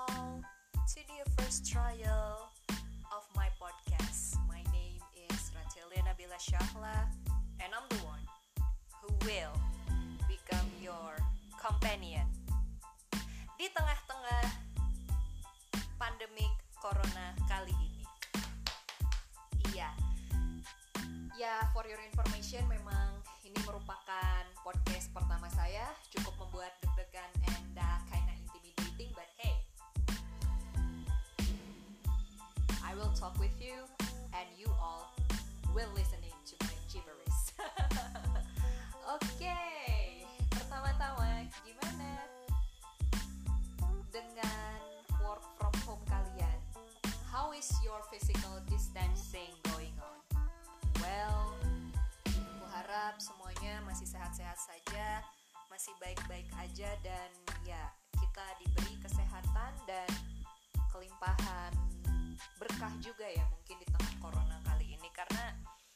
all to the first trial of my podcast. My name is Ratelia Nabila Shahla, and I'm the one who will become your companion di tengah-tengah pandemik corona kali ini. Iya, for your information, memang ini merupakan podcast pertama saya. Cukup membuat deg-degan and kinda intimidating, but hey, I will talk with you and you all will listening to my gibberish. Oke, pertama-tama gimana dengan work from home kalian? How is your physical distancing going on? Well, aku harap semuanya masih sehat-sehat saja, masih baik-baik aja, dan ya, kita diberi kesehatan dan kelimpahan berkah juga ya mungkin di tengah corona kali ini, karena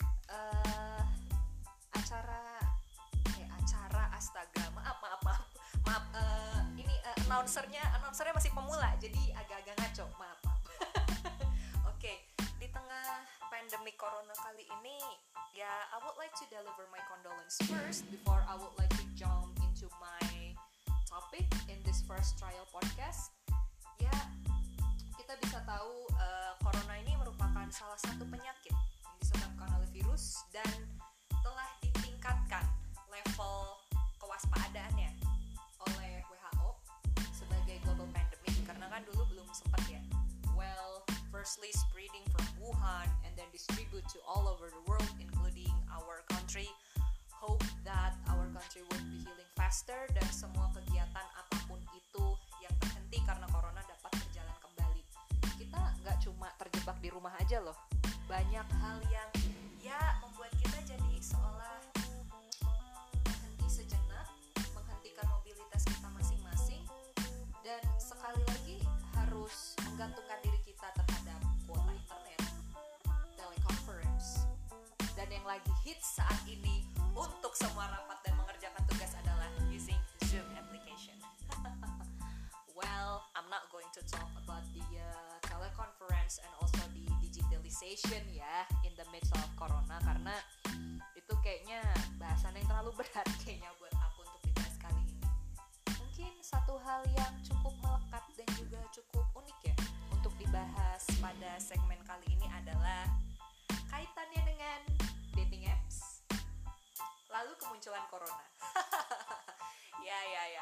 acara astaga, maaf ini announcernya masih pemula, jadi agak-agak ngaco, maaf. Oke, di tengah pandemi corona kali ini, ya, I would like to deliver my condolence first before I would like to jump into my topic in this first trial podcast. Ya, kita bisa tahu corona ini merupakan salah satu penyakit yang disebabkan oleh virus dan telah ditingkatkan level kewaspadaannya oleh WHO sebagai global pandemic, karena kan dulu belum sempat ya. Well, firstly spreading from Wuhan and then distribute to all over the world including our country. Hope that our country will be healing faster dan semua kegiatan apapun itu yang terhenti karena corona dapat berjalan kembali. Kita nggak cuma terjebak di rumah aja loh. Banyak hal yang ya membuat kita jadi seolah berhenti sejenak, menghentikan mobilitas kita masing-masing, dan sekali lagi harus menggantungkan diri kita terhadap kuota internet, teleconference, dan yang lagi hits saat ini untuk semua rapat dan mengerjakan tugas adalah using Zoom application. Well, I'm not going to talk about the teleconference and also the digitalization ya in the midst of corona, karena itu kayaknya bahasan yang terlalu berat kayaknya buat aku untuk dibahas kali ini. Mungkin satu hal yang cukup melekat dan juga cukup unik ya untuk dibahas pada segmen kali ini adalah kaitannya dengan dating apps, lalu kemunculan corona. Ya.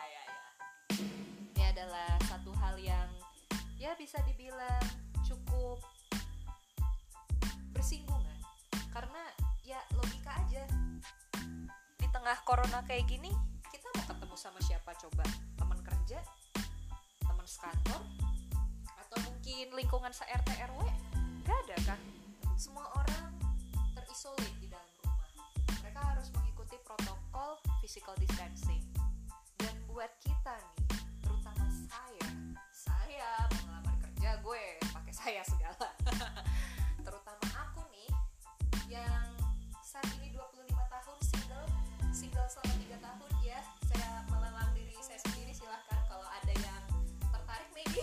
Ini adalah satu hal yang ya bisa dibilang cukup bersinggungan, karena ya logika aja, di tengah corona kayak gini kita mau ketemu sama siapa coba? Teman kerja, teman sekantor, atau mungkin lingkungan se-RT RW? Gak ada kan? Semua orang terisolir di dalam rumah. Mereka harus mengikuti protokol physical distancing. Dan buat kita nih, terutama saya mengelamar kerja, gue pakai saya segala. Terutama aku nih yang saat ini 25 tahun single selama 3 tahun ya. Saya melelang diri saya sendiri, silahkan kalau ada yang tertarik maybe.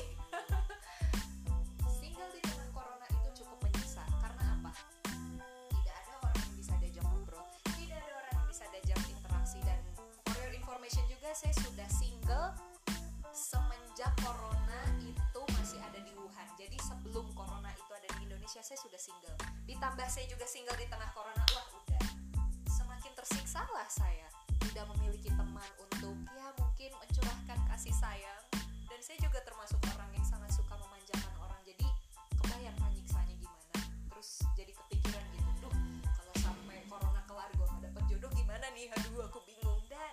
Single di tengah corona itu cukup menyiksa. Karena apa? Tidak ada orang yang bisa diajak ngobrol, tidak ada orang yang bisa diajak interaksi. Dan for your information juga, saya sudah single semenjak corona itu masih ada di Wuhan. Jadi sebelum corona itu ada di Indonesia, saya sudah single. Ditambah saya juga single di tengah corona. Wah, udah semakin tersiksa lah saya. Tidak memiliki teman untuk ya mungkin mencurahkan kasih sayang. Dan saya juga termasuk orang yang sangat suka memanjakan orang. Jadi kebayang kan nyiksanya gimana. Terus jadi kepikiran gitu, duh, kalau sampai corona kelar gue gak dapet jodoh gimana nih? Aduh, aku bingung. Dan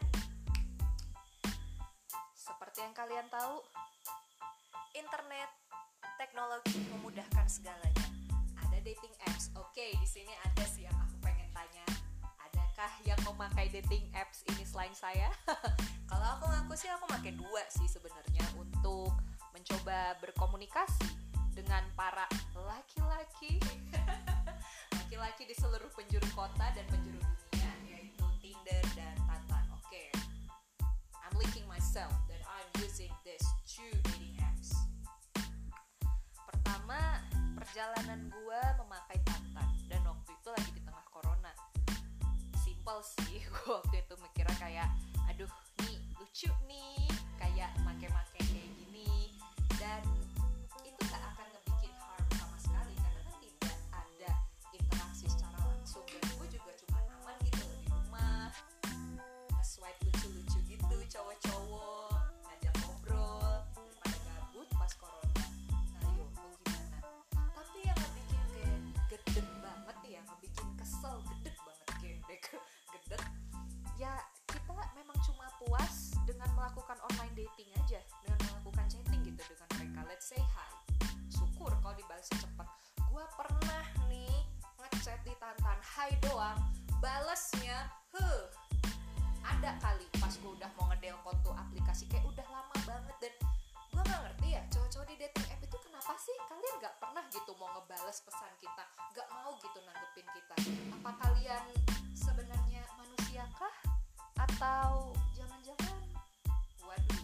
seperti yang kalian tahu, internet, teknologi memudahkan segalanya. Ada dating apps. Oke, di sini ada sih yang aku pengen tanya. Adakah yang memakai dating apps ini selain saya? Kalau aku ngaku sih, aku pakai 2 sih sebenarnya untuk mencoba berkomunikasi dengan para laki-laki di seluruh penjuru kota dan penjuru dunia, yaitu Tinder dan Tantan. Oke. I'm linking myself that I'm using these 2 dating apps. perjalanan gue memakai Tantan, dan waktu itu lagi di tengah corona. Simple sih, gue waktu itu mikirnya kayak aduh nih lucu nih kayak make-make kayak gini, dan itu gak akan ngebikin harm sama sekali karena kan tidak ada interaksi secara langsung, dan gue juga cuma aman gitu loh di rumah, nge-swipe lucu-lucu gitu cowok-cowok, ngajak ngobrol daripada gabut pas corona. Nah yuk lu gimana? Tapi yang ngebikin kayak gedek banget ya, ngebikin kesel, gedek banget, gedek gedek ya, kita memang cuma puas dengan melakukan online dating aja, dengan melakukan chatting gitu dengan mereka. Let's say hi, syukur kalau dibalasnya cepet. Gue pernah nih ngechat di Tantan hi doang, balesnya ada kali pas gue udah mau ngedelpon tuh aplikasi, kayak udah lama banget. Dan gue gak ngerti ya, cowok-cowok di dating app itu kenapa sih kalian gak pernah gitu mau ngebales pesan kita, gak mau gitu nanggepin kita. Apa kalian sebenarnya manusia kah? Atau jangan-jangan waduh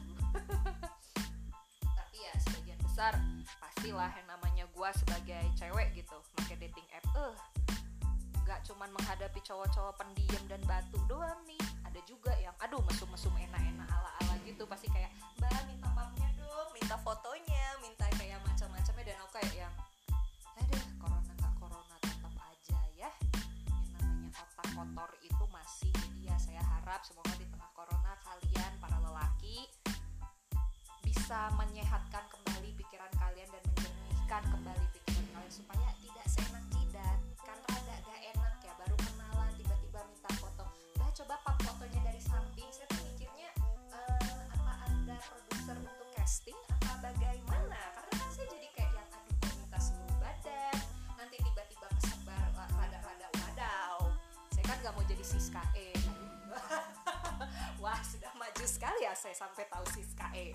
tapi ya sebagian besar pastilah yang namanya gue sebagai cewek gitu pakai dating app gak cuman menghadapi cowok-cowok pendiam dan batu doang nih, ada juga yang aduh mesum-mesum enak-enak ala-ala gitu, pasti kayak mbak minta papnya dong, minta fotonya, minta kayak macam-macamnya, dan aku kayak yang aduh corona gak corona tetap aja ya, yang namanya otak kotor itu masih. Jadi ya saya harap semoga di tengah corona kalian para lelaki bisa menyehatkan kembali pikiran kalian dan menjernihkan kembali pikiran kalian supaya tidak seenak jidat, kan rada gak enak ya baru kenalan tiba-tiba minta foto. Nah coba pap fotonya dari samping, saya tuh mikirnya apa anda produser untuk casting apa bagaimana, karena kan saya jadi kayak yang aduh mau minta seluruh badan, nanti tiba-tiba kesebar rada-rada wadaw, saya kan gak mau jadi Siska E. Wah sudah maju sekali ya saya sampai tahu Siska E.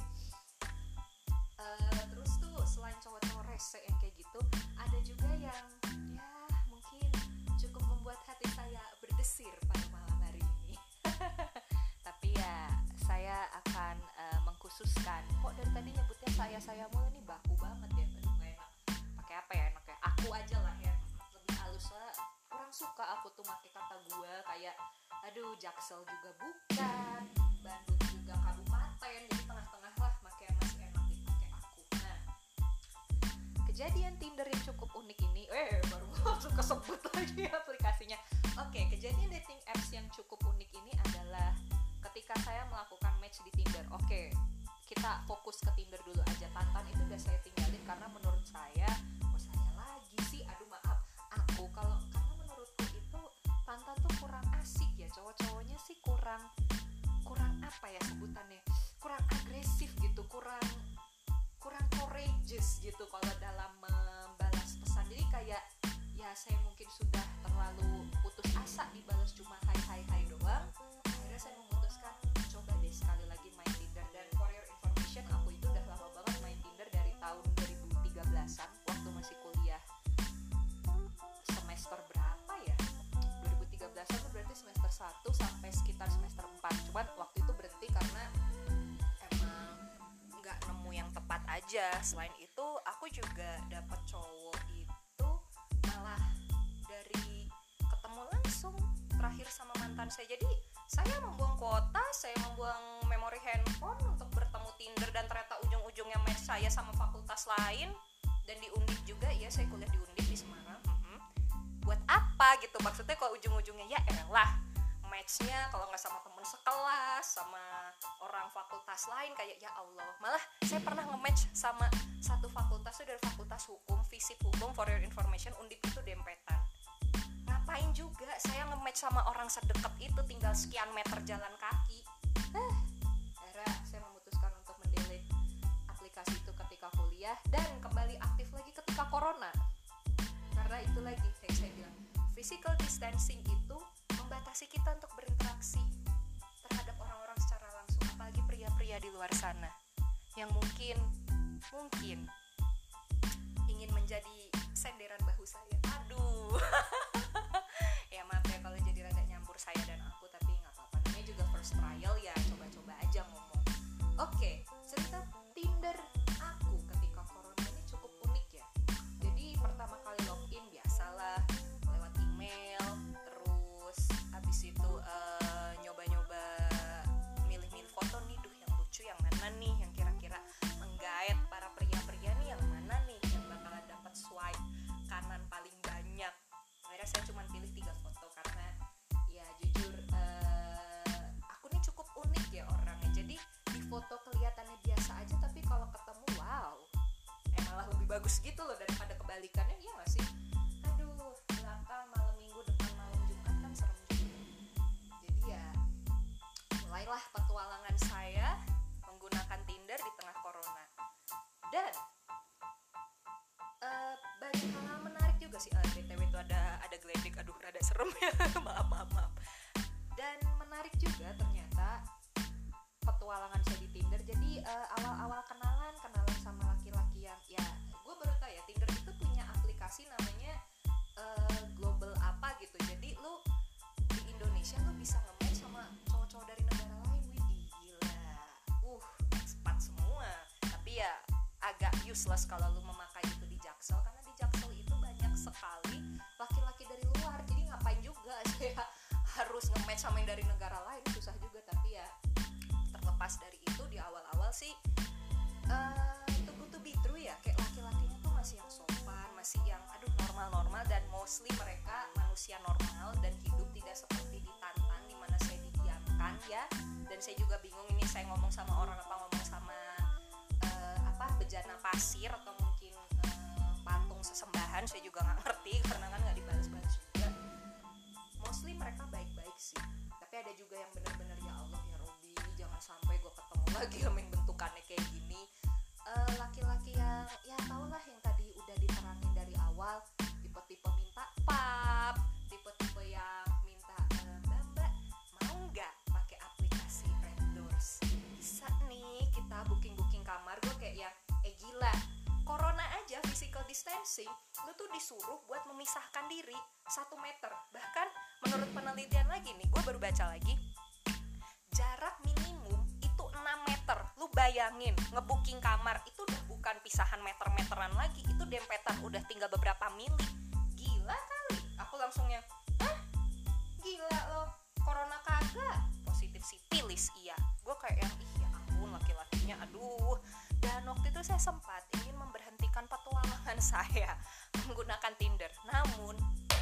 Terus tuh selain cowok-cowok rese yang kayak gitu, ada juga yang ya mungkin cukup membuat hati saya berdesir pada malam hari ini. Tapi ya saya akan mengkhususkan, kok dari tadi nyebutnya saya mulu nih baku banget ya, aduh gak enak. Pakai apa ya enaknya? Aku aja lah ya, lebih halus lah. Kurang suka aku tuh pakai kata gue kayak aduh Jaksel juga bukan, Bandung juga kabupaten, jadi tengah-tengah lah makanya masih enak dipakai aku. Nah kejadian Tinder yang cukup unik ini baru langsung kesebut lagi aplikasinya. Oke, kejadian dating apps yang cukup unik ini adalah ketika saya melakukan match di Tinder. Oke, kita fokus ke Tinder dulu aja. Tantan itu udah saya tinggalin karena menurut saya saya lagi sih, aduh maaf aku karena menurutku itu Tantan tuh kurang asik ya, cowok-cowoknya sih kurang apa ya sebutannya, kurang agresif gitu, kurang courageous gitu kalau dalam membalas pesan. Jadi kayak ya saya mungkin sudah terlalu putus asa dibalas cuma hai doang. Akhirnya saya memutuskan coba deh sekali lagi main Tinder. Dan for your information, aku itu udah lama banget main Tinder dari tahun 2013an waktu masih kuliah. Semester berapa ya? 2013an itu berarti semester 1 sampai sekitar semester 4. Cuman waktu itu berhenti karena emang gak nemu yang tepat aja. Selain itu aku juga dapet cowok itu malah dari ketemu langsung terakhir sama mantan saya. Jadi saya membuang kuota, saya membuang memori handphone untuk bertemu Tinder, dan ternyata ujung-ujungnya match saya sama fakultas lain. Dan di Undip juga, ya saya kuliah di Undip di Semarang. Buat apa gitu, maksudnya kalau ujung-ujungnya ya elah matchnya kalau nggak sama temen sekelas, sama orang fakultas lain, kayak ya Allah. Malah saya pernah nge-match sama satu fakultas itu dari fakultas hukum, FISIP hukum, for your information, Undip itu dempetan. Ngapain juga saya nge-match sama orang sedekat itu, tinggal sekian meter jalan kaki. Akhirnya saya memutuskan untuk mendelete aplikasi itu ketika kuliah dan kembali aktif lagi ketika corona. Karena itu lagi kayak saya bilang, physical distancing itu membatasi kita untuk berinteraksi terhadap orang-orang secara langsung, apalagi pria-pria di luar sana yang mungkin ingin menjadi senderan bahu saya. Aduh. Ya maaf ya kalau jadi rada nyampur saya dan aku, tapi nggak apa-apa, namanya juga first trial ya, coba-coba aja ngomong. Oke, cerita Tinder aku ketika corona ini cukup unik ya. Jadi pertama bagus gitu loh daripada kebalikannya, iya nggak sih? Aduh, belakang malam minggu depan malam Jumat kan serem juga. Jadi ya mulailah petualangan saya menggunakan Tinder di tengah corona. Dan banyak hal menarik juga sih. BTW itu ada geledek, aduh rada serem ya. maaf. Dan menarik juga ternyata petualangan saya di Tinder. Jadi awal-awal kenalan sama laki-laki yang ya gue baru tahu ya, Tinder itu punya aplikasi namanya global apa gitu. Jadi lu di Indonesia lu bisa nge-match sama cowok-cowok dari negara lain. Wih gila, expat semua. Tapi ya agak useless kalau lu memakai itu di Jaksel, karena di Jaksel itu banyak sekali laki-laki dari luar. Jadi ngapain juga saya harus nge-match sama yang dari negara lain, susah juga. Tapi ya terlepas dari itu, di awal-awal sih too good to be true ya, kayak laki-lakinya tuh masih yang sopan, masih yang normal-normal, dan mostly mereka manusia normal dan hidup tidak seperti di Tantan dimana saya didiamkan ya. Dan saya juga bingung ini saya ngomong sama orang apa ngomong sama bejana pasir atau mungkin patung sesembahan, saya juga nggak ngerti karena kan nggak dibalas-balas juga. Mostly mereka baik-baik sih, tapi ada juga yang benar-benar ya Allah ya Robi, jangan sampai gue ketemu lagi sama yang bentukannya kayak gini. Laki-laki yang ya tau lah, yang tadi udah diterangin dari awal, tipe-tipe minta pap, tipe-tipe yang minta mbak mau nggak pakai aplikasi Red Doors, bisa nih kita booking kamar. Gue kayak yang gila, corona aja physical distancing lu tuh disuruh buat memisahkan diri 1 meter. Bahkan menurut penelitian lagi nih, gue baru baca lagi, jarak minimum itu 6 meter. Lu bayangin ngebooking kamar itu udah bukan pisahan meter-meteran lagi, itu dempetan udah tinggal beberapa mili. Gila kali. Aku langsung yang gila loh, corona kagak positif sipilis. Iya, gue kayak yang ya ampun, laki-lakinya aduh. Dan waktu itu saya sempat ingin memberhentikan petualangan saya menggunakan Tinder. Namun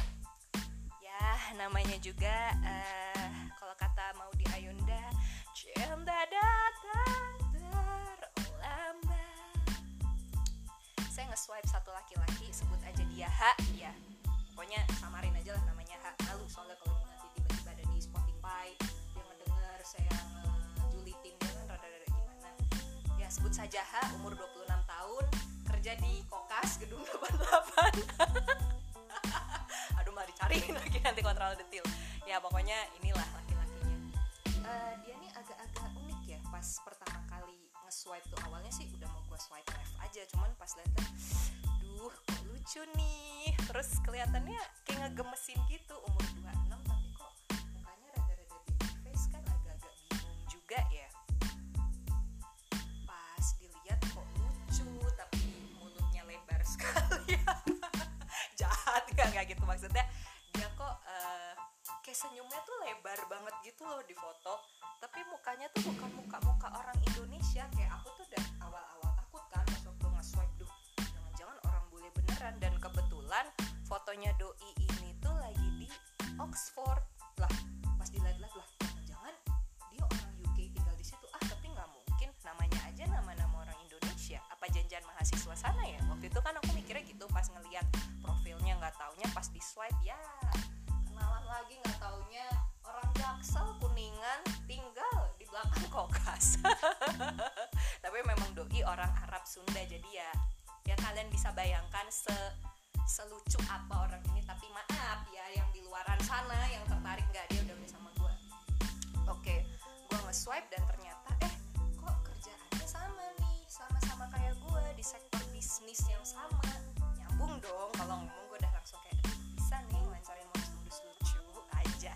ya namanya juga kalau kata Maudy Ayunda, cinta datang terlambat. Saya nge-swipe satu laki-laki, sebut aja dia H ya. Pokoknya samarin aja lah namanya H. Malu soalnya kalau nanti tiba-tiba ada di Spotify dia ngedenger saya ngejulitin dia kan rada-rada gimana. Ya sebut saja H, umur 26 tahun, kerja di Kokas gedung 88. Aduh malah dicariin lagi nanti kontrol detil. Ya pokoknya inilah laki-lakinya. Dia nih agak-agak unik ya. Pas pertama kali nge-swipe tuh, awalnya sih udah mau gue swipe left aja, cuman pas liat duh kok lucu nih. Terus kelihatannya kayak ngegemesin gitu, umur 26 tapi kok mukanya rada-rada baby face, kan agak-agak bingung juga ya. Pas dilihat kok lucu tapi mulutnya lebar sekali ya. Jahat gak gitu maksudnya. Dia kok kayak senyumnya tuh lebar banget gitu loh di foto, tapi mukanya tuh bukan muka orang Indonesia. Kayak aku tuh udah awal-awal takut kan pas waktu nge-swipe, duh jangan-jangan orang bule beneran. Dan kebetulan fotonya doi ini tuh lagi di Oxford lah. Pas dilihat-lihat lah, jangan dia orang UK tinggal di situ. Tapi nggak mungkin, namanya aja nama-nama orang Indonesia, apa janjian mahasiswa sana ya. Waktu itu kan aku mikirnya gitu pas ngelihat profilnya, nggak taunya pas di swipe ya kenalan lagi, nggak taunya orang Jaksel Kuningan tinggal di belakang Kokas. Tapi memang doi orang Arab Sunda, jadi ya kalian bisa bayangkan selucu apa orang ini. Tapi maaf ya yang di luaran sana yang tertarik, nggak, dia udah sama gue. Oke, gue nge-swipe dan ternyata kok kerjaannya sama nih, sama-sama kayak gue di sektor bisnis yang sama. Nyambung dong kalau ngomong. Gue udah langsung kayak bisa nih ngelancarin modus-modus lucu aja.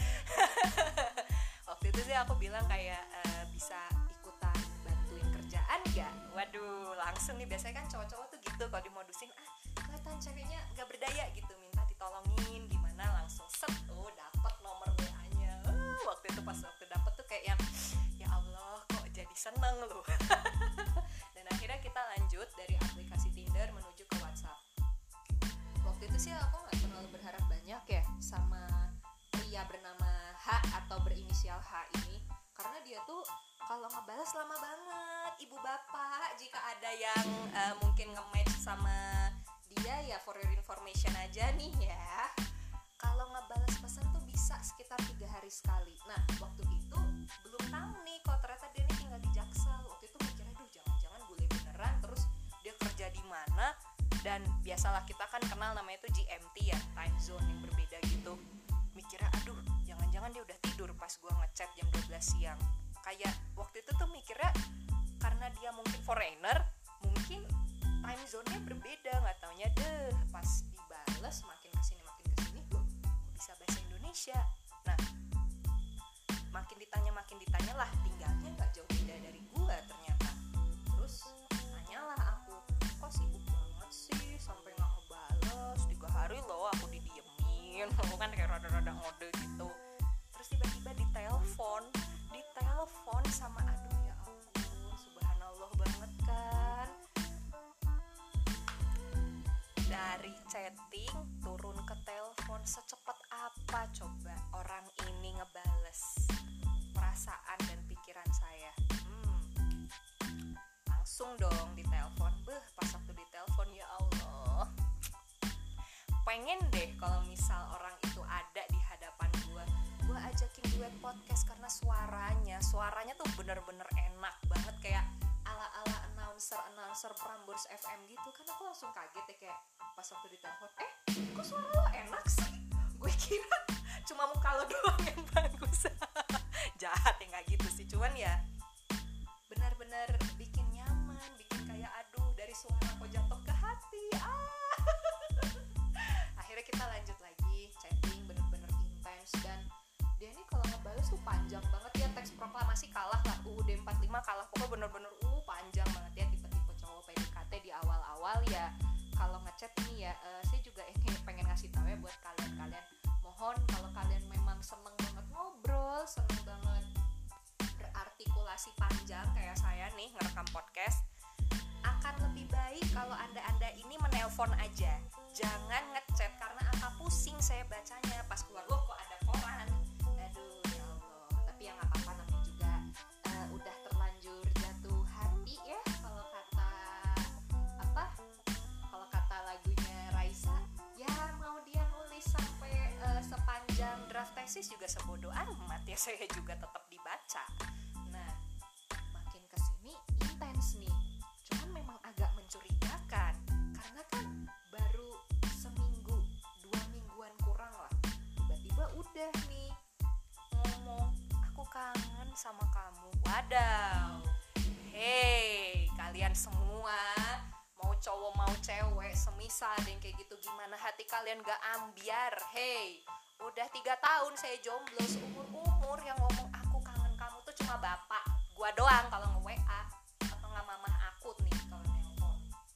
Waktu itu sih aku bilang kayak bisa ikutan bantuin kerjaan gak? Waduh, langsung nih, biasanya kan cowok-cowok tuh gitu kalau dimodusin, kelihatan ceweknya gak berdaya gitu, minta ditolongin gimana, langsung set, dapet nomor WA-nya. Waktu itu pas dapet tuh kayak yang ya Allah kok jadi seneng loh. Dan akhirnya kita lanjut dari aplikasi Tinder menuju ke WhatsApp. Waktu itu sih aku gak terlalu berharap banyak ya sama pria bernama H atau berinisial H ini, karena dia tuh kalau ngebalas lama banget. Ibu bapak, jika ada yang mungkin nge-match sama sekali. Nah waktu itu belum tahu nih kalau ternyata dia nih tinggal di Jaksel. Waktu itu mikirnya aduh jangan-jangan bule beneran, terus dia kerja di mana. Dan biasalah kita kan kenal namanya itu GMT ya, time zone yang berbeda gitu. Mikirnya aduh jangan-jangan dia udah tidur pas gue ngechat jam 12 siang. Kayak waktu itu tuh mikirnya karena dia mungkin foreigner, mungkin time zone-nya berbeda. Gak taunya deh pas dibales makin kesini loh kok bisa bahasa Indonesia. Nah makin ditanya lah, tinggalnya gak jauh beda dari gue ternyata. Terus nanyalah aku, kok sibuk banget sih sampai gak ngebales, 3 hari loh aku didiemin. Aku kan kayak rada-rada ngode gitu. Terus tiba-tiba ditelepon sama aduh ya ampun, subhanallah banget kan. Dari chatting turun ke telepon, secepat apa coba orang ini ngebales perasaan dan pikiran saya? Langsung dong ditelepon. Pas waktu ditelepon ya Allah, pengen deh kalau misal orang itu ada di hadapan gue ajakin duet podcast karena suaranya tuh bener-bener enak banget, kayak ala-ala announcer Prambors FM gitu. Kan aku langsung kaget ya, kayak pas waktu ditelepon, kok suara lo enak sih? Gue kira cuma muka lo doang yang bagus. Jahat ya, gak gitu sih, cuman ya benar-benar bikin nyaman, bikin kayak aduh dari suara kok jatuh ke hati. Akhirnya kita lanjut lagi chatting, bener-bener intens. Dan dia nih kalau ngebales tuh panjang banget ya, teks proklamasi kalah lah, UUD 45 kalah, pokoknya bener-bener panjang banget ya, tipe-tipe cowok PDKT di awal-awal ya. Kalau ngechat ini ya, saya juga ini pengen ngasih tahu ya buat kalian, mohon kalau kalian memang seneng banget ngobrol, seneng banget berartikulasi panjang kayak saya nih ngerekam podcast, akan lebih baik kalau anda ini menelpon aja, jangan ngechat, karena angka pusing saya bacanya pas keluar kok ada koran. Aduh ya Allah, tapi ya nggak apa-apa, namanya juga udah terlanjur jatuh hati ya, kalau kata lagunya Raisa ya, mau dia nulis sampai sepanjang draft tesis juga sebodoh amat ya, saya juga tetap dibaca. Nah makin kesini intens nih, cuman memang agak mencurigakan karena kan baru seminggu 2 mingguan kurang lah, tiba-tiba udah nih ngomong aku kangen sama kamu. Wadaw, hey kalian semua, mau cowok mau cewek, semisal ada yang kayak gitu, gimana hati kalian gak ambiar? Hey, udah 3 tahun saya jomblo, seumur yang ngomong aku kangen kamu tuh cuma bapak gua doang kalau nge-WA, atau nggak mamah aku nih kalau nelpon.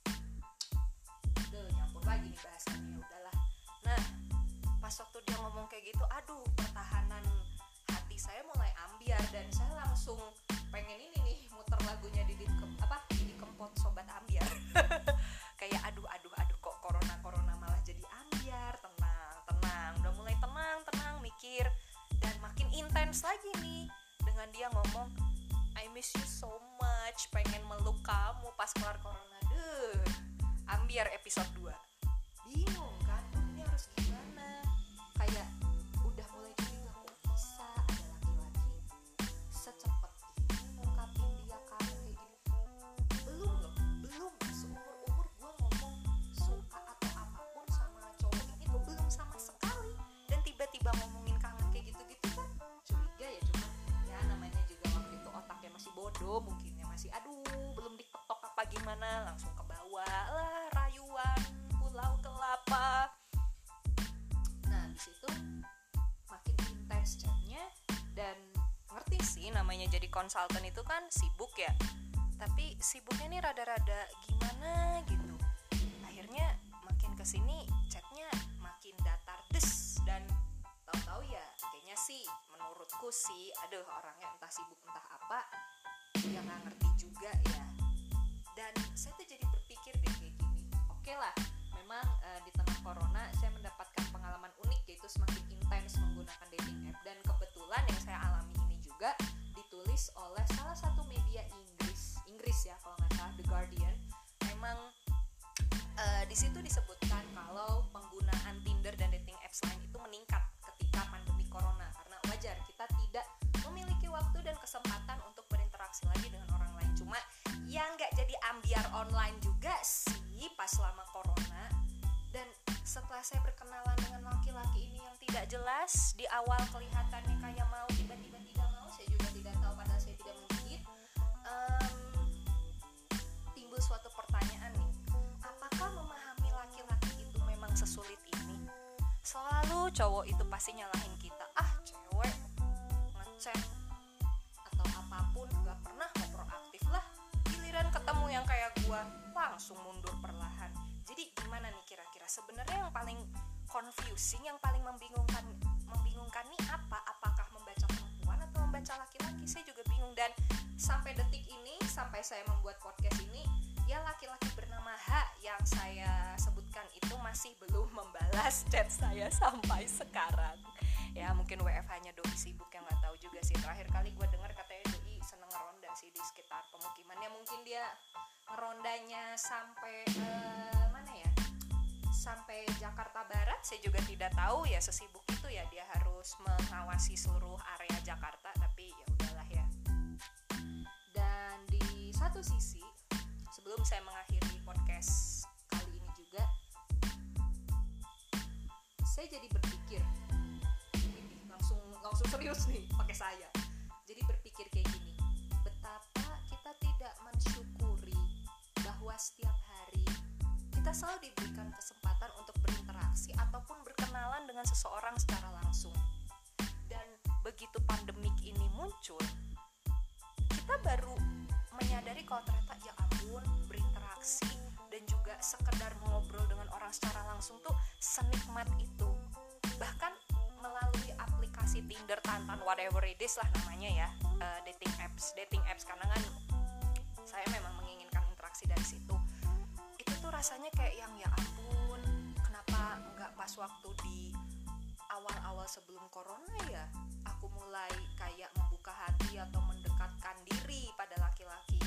Nyampur lagi nih bahasannya, udahlah. Nah pas waktu dia ngomong kayak gitu, aduh pertahanan hati saya mulai ambiar, dan saya langsung pengen ini nih muter lagunya Didi Kempot Sobat Ambiar. Kayak aduh kok corona malah jadi ambiar. Tenang, udah mulai tenang mikir, dan makin intens lagi nih dengan dia ngomong I miss you so much, pengen meluk kamu pas keluar corona. Ambiar episode 2. Bingung kan, ini harus gimana? Kayak udah mulai curiga, kok bisa ada laki-laki secepat ini ngungkapin dia kangen kayak gini. Belum seumur gue ngomong suka atau apapun sama cowok ini tuh belum sama sekali, dan tiba-tiba ngomongin kangen kayak gitu-gitu kan curiga ya. Cuma ya namanya juga waktu itu otaknya masih bodoh, mungkin ya masih belum diketok apa gimana, langsung ke bawah lah rayuan Pulau Kelapa. Nah di situ makin intens chatnya, dan ngerti sih namanya jadi konsultan itu kan sibuk ya, tapi sibuknya nih rada-rada gimana gitu. Akhirnya makin kesini chatnya makin datar dan tahu-tahu ya kayaknya sih menurutku sih orangnya entah sibuk entah apa, ya nggak ngerti juga ya. Dan saya tuh jadi berpikir deh kayak gini, oke lah memang di tengah corona saya mendapatkan pengalaman unik, yaitu semakin intens menggunakan dating app. Dan kebetulan yang saya alami ini juga ditulis oleh salah satu media Inggris ya kalau nggak salah, The Guardian. Memang di situ disebutkan kalau penggunaan Tinder dan dating apps lain itu meningkat ketika pandemi corona, karena wajar kita biar online juga sih pas selama corona. Dan setelah saya berkenalan dengan laki-laki ini yang tidak jelas, di awal kelihatannya kayak mau, tiba-tiba tidak mau, saya juga tidak tahu padahal saya tidak menggigit. Timbul suatu pertanyaan nih, apakah memahami laki-laki itu memang sesulit ini? Selalu cowok itu pasti nyalahin kita, cewek ngechat atau apapun gak pernah mau proaktif lah, giliran ketemu yang kayak gua langsung mundur perlahan. Jadi gimana nih kira-kira sebenarnya yang paling confusing, yang paling membingungkan nih apa? Apakah membaca perempuan atau membaca laki-laki? Saya juga bingung. Dan sampai detik ini, sampai saya membuat podcast ini, ya laki-laki bernama H yang saya sebutkan itu masih belum membalas chat saya sampai sekarang. Ya mungkin WFH-nya Doi sibuk, yang nggak tahu juga sih. Terakhir kali gue dengar katanya Doi seneng ngeronda sih di sekitar pemukimannya. Mungkin dia ngerondanya sampai mana ya? Sampai Jakarta Barat. Saya juga tidak tahu ya, sesibuk itu ya dia harus mengawasi seluruh area Jakarta. Tapi ya udahlah ya. Dan di satu sisi, sebelum saya mengakhiri podcast kali ini juga, saya jadi berpikir, langsung serius nih pakai saya. Jadi berpikir kayak gini, betapa kita tidak mensyukuri bahwa setiap hari kita selalu diberikan kesempatan untuk berinteraksi ataupun berkenalan dengan seseorang secara langsung. Dan begitu pandemik ini muncul, kita baru menyadari kalau ternyata ya ampun, berinteraksi dan juga sekedar ngobrol dengan orang secara langsung tuh senikmat itu. Bahkan melalui aplikasi Tinder, Tantan, whatever it is lah namanya ya, dating apps karena kan saya memang menginginkan interaksi dari situ. Itu tuh rasanya kayak yang ya ampun, kenapa nggak pas waktu di awal-awal sebelum corona ya aku mulai kayak membuka hati atau mendekatkan diri pada laki-laki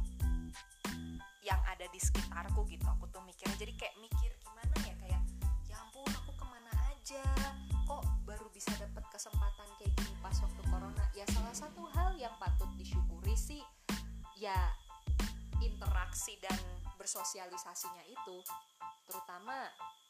yang ada di sekitarku gitu. Aku tuh mikirnya jadi kayak mikir gimana ya, kayak ya ampun aku kemana aja, kok baru bisa dapat kesempatan kayak gini pas waktu corona. Ya salah satu hal yang patut disyukuri sih ya interaksi dan bersosialisasinya itu. Terutama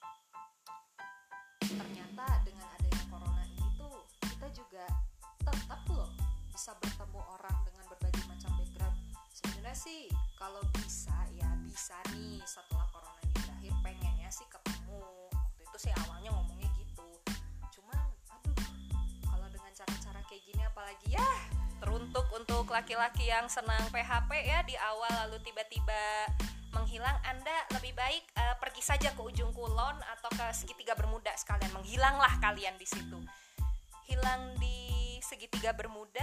ternyata dengan adanya corona ini tuh kita juga tetap loh bisa bertemu orang dengan berbagai macam background. Sebenarnya sih kalau bisa nih setelah coronanya berakhir pengennya sih ketemu. Waktu itu sih awalnya ngomongnya gitu. Cuman kalau dengan cara-cara kayak gini apalagi ya teruntuk untuk laki-laki yang senang PHP ya di awal lalu tiba-tiba menghilang, Anda lebih baik pergi saja ke ujung kulon atau ke segitiga Bermuda sekalian, menghilanglah kalian di situ. Hilang di segitiga Bermuda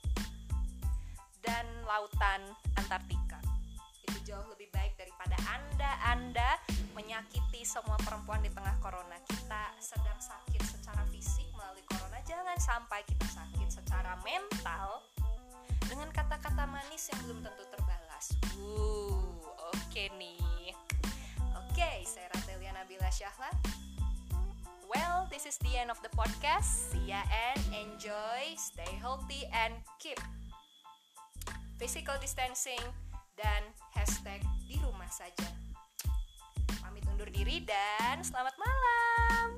dan lautan Antartika. Itu jauh lebih baik daripada Anda menyakiti semua perempuan di tengah corona. Kita sedang sakit secara fisik melalui corona, jangan sampai kita sakit secara mental dengan kata-kata manis yang belum tentu terbalas. Oke nih. Oke, saya Ratelia Nabila Syahla. Well, this is the end of the podcast. See ya and enjoy, stay healthy and keep physical distancing dan hashtag di rumah saja. Pamit undur diri dan selamat malam.